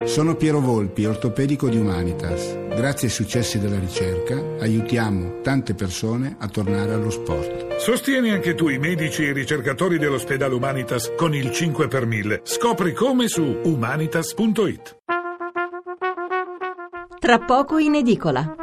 Sono Piero Volpi, ortopedico di Humanitas. Grazie ai successi della ricerca aiutiamo tante persone a tornare allo sport. Sostieni anche tu i medici e i ricercatori dell'ospedale Humanitas con il 5 per 1000. Scopri come su humanitas.it. Tra poco in edicola.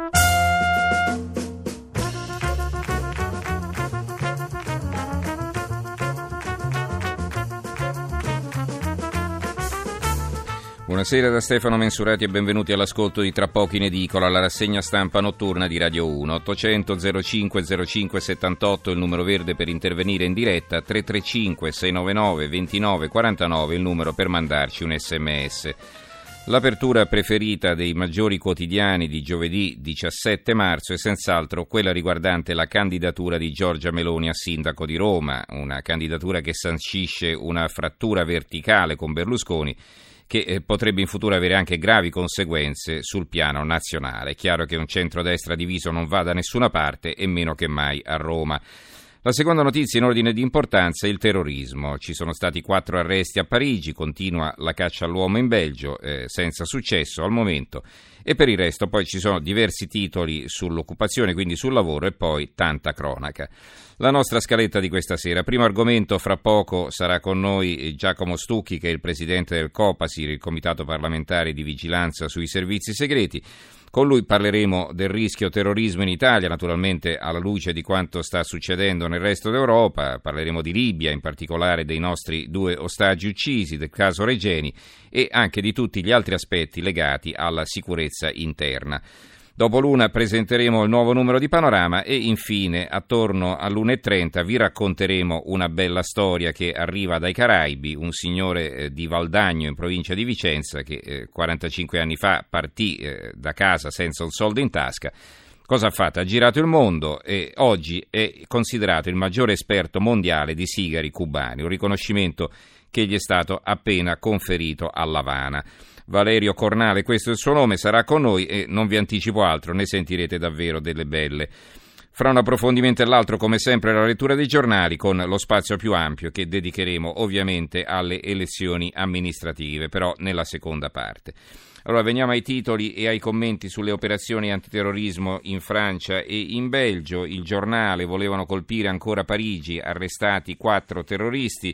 Buonasera da Stefano Mensurati e benvenuti all'ascolto di Tra poco in edicola, la rassegna stampa notturna di Radio 1. 800 05 05 78 il numero verde per intervenire in diretta, 335 699 29 49 il numero per mandarci un sms. L'apertura preferita dei maggiori quotidiani di giovedì 17 marzo è senz'altro quella riguardante la candidatura di Giorgia Meloni a sindaco di Roma, una candidatura che sancisce una frattura verticale con Berlusconi che potrebbe in futuro avere anche gravi conseguenze sul piano nazionale. È chiaro che un centrodestra diviso non va da nessuna parte e meno che mai a Roma. La seconda notizia in ordine di importanza è il terrorismo. Ci sono stati 4 arresti a Parigi, continua la caccia all'uomo in Belgio, senza successo al momento, e per il resto poi ci sono diversi titoli sull'occupazione, quindi sul lavoro, e poi tanta cronaca. La nostra scaletta di questa sera. Primo argomento, fra poco sarà con noi Giacomo Stucchi, che è il presidente del Copasir, il Comitato parlamentare di vigilanza sui servizi segreti. Con lui parleremo del rischio terrorismo in Italia, naturalmente alla luce di quanto sta succedendo nel resto d'Europa. Parleremo di Libia, in particolare dei nostri 2 ostaggi uccisi, del caso Regeni e anche di tutti gli altri aspetti legati alla sicurezza interna. Dopo l'una presenteremo il nuovo numero di Panorama e infine attorno all'1:30 vi racconteremo una bella storia che arriva dai Caraibi, un signore di Valdagno in provincia di Vicenza che 45 anni fa partì da casa senza un soldo in tasca. Cosa ha fatto? Ha girato il mondo e oggi è considerato il maggiore esperto mondiale di sigari cubani, un riconoscimento che gli è stato appena conferito a L'Avana. Valerio Cornale, questo è il suo nome, sarà con noi e non vi anticipo altro, ne sentirete davvero delle belle. Fra un approfondimento e l'altro, come sempre, la lettura dei giornali con lo spazio più ampio che dedicheremo ovviamente alle elezioni amministrative, però nella seconda parte. Allora veniamo ai titoli e ai commenti sulle operazioni antiterrorismo in Francia e in Belgio. Il Giornale: volevano colpire ancora Parigi, arrestati 4 terroristi.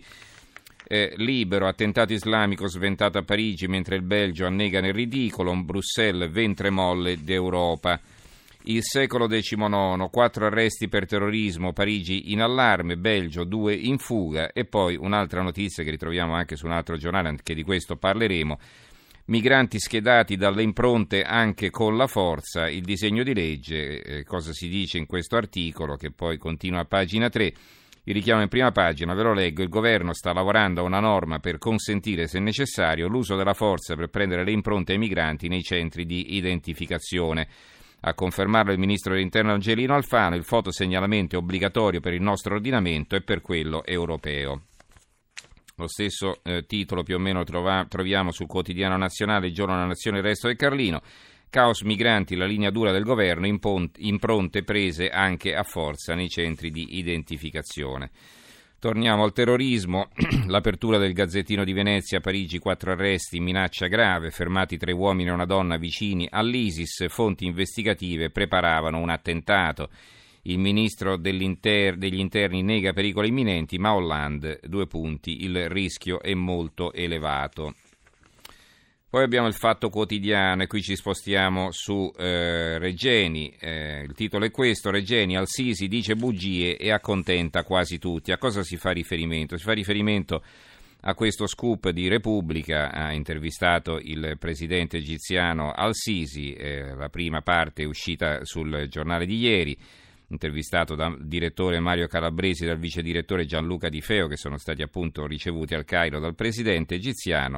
Libero: attentato islamico sventato a Parigi mentre il Belgio annega nel ridicolo, Bruxelles ventre molle d'Europa. Il Secolo XIX: 4 arresti per terrorismo, Parigi in allarme, Belgio 2 in fuga. E poi un'altra notizia che ritroviamo anche su un altro giornale, anche di questo parleremo: migranti schedati dalle impronte anche con la forza, il disegno di legge. Cosa si dice in questo articolo che poi continua a pagina 3? Il richiamo in prima pagina, ve lo leggo: il governo sta lavorando a una norma per consentire, se necessario, l'uso della forza per prendere le impronte ai migranti nei centri di identificazione. A confermarlo il ministro dell'Interno Angelino Alfano: il fotosegnalamento è obbligatorio per il nostro ordinamento e per quello europeo. Lo stesso titolo più o meno troviamo sul quotidiano nazionale, Il Giorno della Nazione, il Resto del Carlino. Caos migranti, la linea dura del governo, impronte prese anche a forza nei centri di identificazione. Torniamo al terrorismo, l'apertura del Gazzettino di Venezia, Parigi 4 arresti, minaccia grave, fermati 3 uomini e una donna vicini all'ISIS, fonti investigative preparavano un attentato. Il ministro degli interni nega pericoli imminenti, ma Hollande, 2 punti, il rischio è molto elevato. Poi abbiamo il Fatto Quotidiano e qui ci spostiamo su Regeni. Il titolo è questo: Regeni, Al-Sisi dice bugie e accontenta quasi tutti. A cosa si fa riferimento? Si fa riferimento a questo scoop di Repubblica. Ha intervistato il presidente egiziano Al-Sisi, la prima parte è uscita sul giornale di ieri, intervistato dal direttore Mario Calabresi e dal vice direttore Gianluca Di Feo, che sono stati appunto ricevuti al Cairo dal presidente egiziano.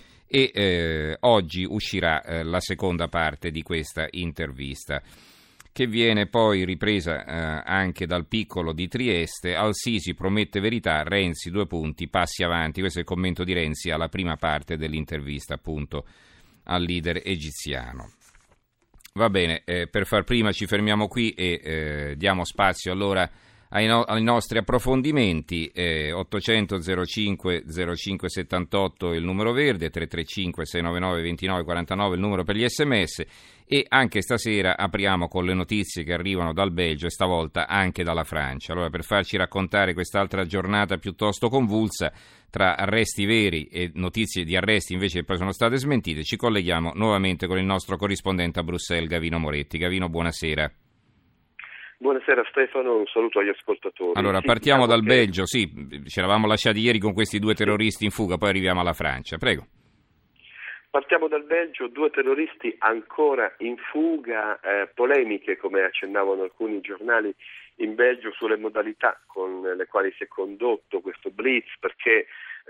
E oggi uscirà la seconda parte di questa intervista, che viene poi ripresa anche dal Piccolo di Trieste. Al-Sisi promette verità, Renzi 2 punti, passi avanti. Questo è il commento di Renzi alla prima parte dell'intervista appunto al leader egiziano. Va bene, per far prima ci fermiamo qui e diamo spazio allora ai nostri approfondimenti. 800 05 05 78 il numero verde, 335 699 29 49 il numero per gli sms, e anche stasera apriamo con le notizie che arrivano dal Belgio e stavolta anche dalla Francia. Allora, per farci raccontare quest'altra giornata piuttosto convulsa tra arresti veri e notizie di arresti invece che poi sono state smentite, ci colleghiamo nuovamente con il nostro corrispondente a Bruxelles, Gavino Moretti. Gavino, buonasera. Buonasera Stefano, un saluto agli ascoltatori. Allora, partiamo dal Belgio, ci eravamo lasciati ieri con questi 2 terroristi in fuga, poi arriviamo alla Francia, prego. Partiamo dal Belgio, 2 terroristi ancora in fuga, polemiche come accennavano alcuni giornali in Belgio sulle modalità con le quali si è condotto questo blitz, perché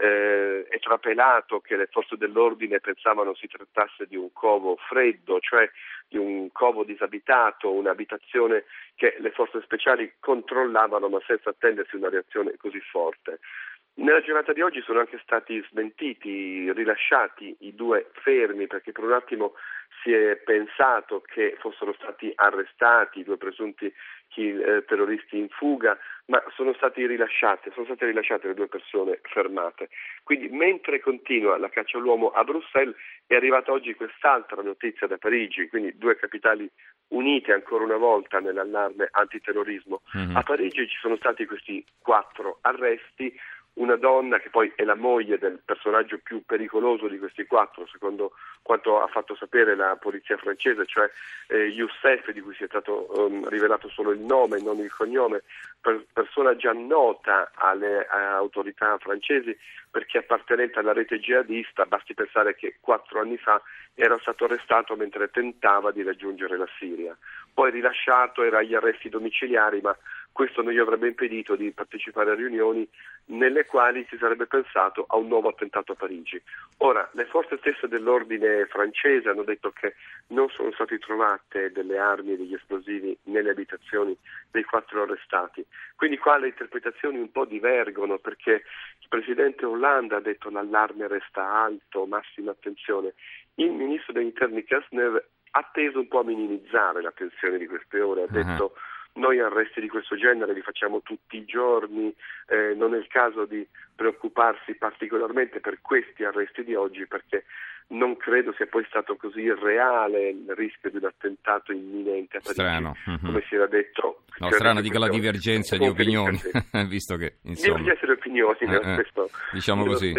è trapelato che le forze dell'ordine pensavano si trattasse di un covo freddo, cioè di un covo disabitato, un'abitazione che le forze speciali controllavano ma senza attendersi una reazione così forte. Nella giornata di oggi sono anche stati smentiti, rilasciati i 2 fermi, perché per un attimo si è pensato che fossero stati arrestati i 2 presunti terroristi in fuga, ma sono state rilasciate le 2 persone fermate. Quindi mentre continua la caccia all'uomo a Bruxelles è arrivata oggi quest'altra notizia da Parigi, quindi 2 capitali unite ancora una volta nell'allarme antiterrorismo. A Parigi ci sono stati questi 4 arresti. Una donna che poi è la moglie del personaggio più pericoloso di questi 4, secondo quanto ha fatto sapere la polizia francese, cioè Youssef, di cui si è stato rivelato solo il nome e non il cognome, persona già nota alle autorità francesi perché appartenente alla rete jihadista. Basti pensare che 4 anni fa era stato arrestato mentre tentava di raggiungere la Siria, poi rilasciato, era agli arresti domiciliari, ma questo non gli avrebbe impedito di partecipare a riunioni nelle quali si sarebbe pensato a un nuovo attentato a Parigi. Ora, le forze stesse dell'ordine francese hanno detto che non sono state trovate delle armi e degli esplosivi nelle abitazioni dei 4 arrestati. Quindi qua le interpretazioni un po' divergono, perché il presidente Hollande ha detto l'allarme resta alto, massima attenzione. Il ministro degli interni Kastner ha teso un po' a minimizzare la tensione di queste ore, ha detto noi arresti di questo genere li facciamo tutti i giorni, non è il caso di preoccuparsi particolarmente per questi arresti di oggi, perché non credo sia poi stato così reale il rischio di un attentato imminente a Parigi, strano. Come si era detto. No, strano, dico la divergenza di opinioni, visto che insomma... Divergenza di opinioni, diciamo così.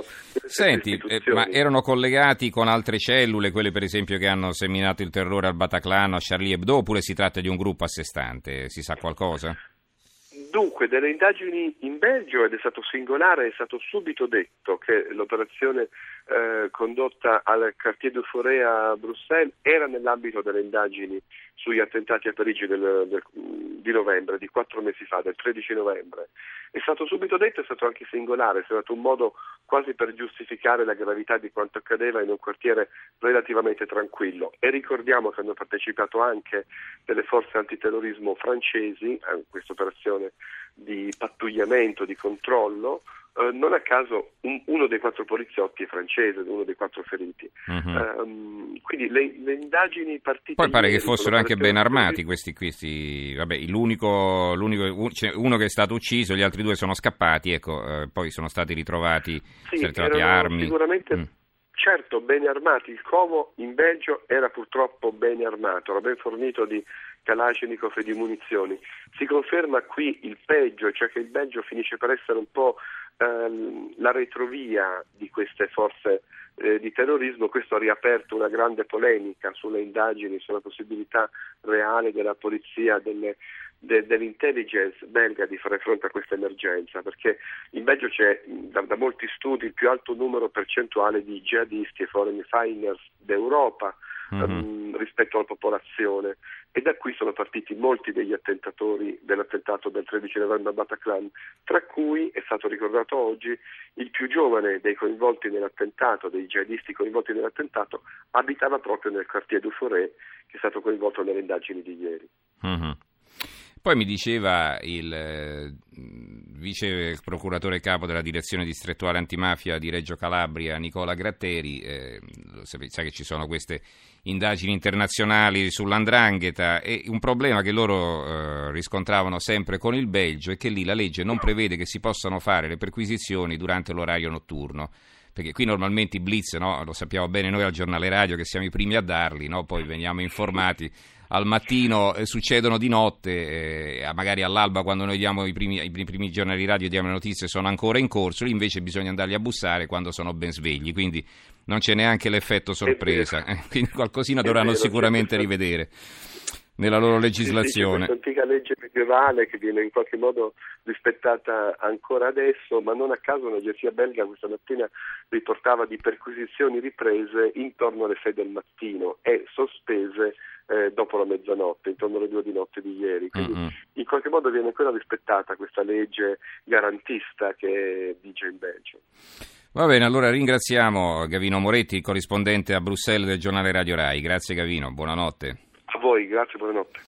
Senti, ma erano collegati con altre cellule, quelle per esempio che hanno seminato il terrore al Bataclan o a Charlie Hebdo, oppure si tratta di un gruppo a sé stante? Si sa qualcosa? Dunque, delle indagini in Belgio, ed è stato singolare, è stato subito detto che l'operazione condotta al Quartier du Forêt a Bruxelles era nell'ambito delle indagini sugli attentati a Parigi di novembre, di 4 mesi fa, del 13 novembre. È stato subito detto, è stato anche singolare, è stato un modo quasi per giustificare la gravità di quanto accadeva in un quartiere relativamente tranquillo. E ricordiamo che hanno partecipato anche delle forze antiterrorismo francesi a questa operazione di pattugliamento, di controllo. Non a caso uno dei 4 poliziotti è francese, uno dei 4 feriti. Quindi le indagini partite. Poi pare che fossero anche ben armati questi. Vabbè, l'unico uno che è stato ucciso, gli altri 2 sono scappati, ecco, poi sono stati ritrovati, armi. Sicuramente. Certo, bene armati. Il covo in Belgio era purtroppo ben armato, era ben fornito di Kalashnikov e di munizioni. Si conferma qui il peggio, cioè che il Belgio finisce per essere un po' la retrovia di queste forze di terrorismo. Questo ha riaperto una grande polemica sulle indagini, sulla possibilità reale della polizia, dell'intelligence belga di fare fronte a questa emergenza, perché in Belgio c'è da molti studi il più alto numero percentuale di jihadisti e foreign fighters d'Europa rispetto alla popolazione, e da qui sono partiti molti degli attentatori dell'attentato del 13 novembre a Bataclan, tra cui è stato ricordato oggi il più giovane dei coinvolti nell'attentato, dei jihadisti coinvolti nell'attentato, abitava proprio nel Quartier du Forêt, che è stato coinvolto nelle indagini di ieri. Poi mi diceva il vice procuratore capo della direzione distrettuale antimafia di Reggio Calabria, Nicola Gratteri, sa che ci sono queste indagini internazionali sull''ndrangheta, e un problema che loro riscontravano sempre con il Belgio è che lì la legge non prevede che si possano fare le perquisizioni durante l'orario notturno. Perché qui normalmente i blitz, no? Lo sappiamo bene noi al giornale radio che siamo i primi a darli, no? Poi veniamo informati al mattino, succedono di notte, magari all'alba quando noi diamo i primi giornali radio, diamo le notizie, sono ancora in corso, lì invece bisogna andarli a bussare quando sono ben svegli, quindi non c'è neanche l'effetto sorpresa, quindi qualcosina dovranno sicuramente rivedere nella loro legislazione. Sì, questa antica legge medievale che viene in qualche modo rispettata ancora adesso, ma non a caso un'agenzia belga questa mattina riportava di perquisizioni riprese intorno alle 6 del mattino e sospese dopo la mezzanotte, intorno alle 2 di notte di ieri. Quindi in qualche modo viene ancora rispettata questa legge garantista che vige in Belgio. Va bene, allora ringraziamo Gavino Moretti, corrispondente a Bruxelles del giornale Radio Rai. Grazie Gavino, buonanotte. A voi, grazie, buonanotte.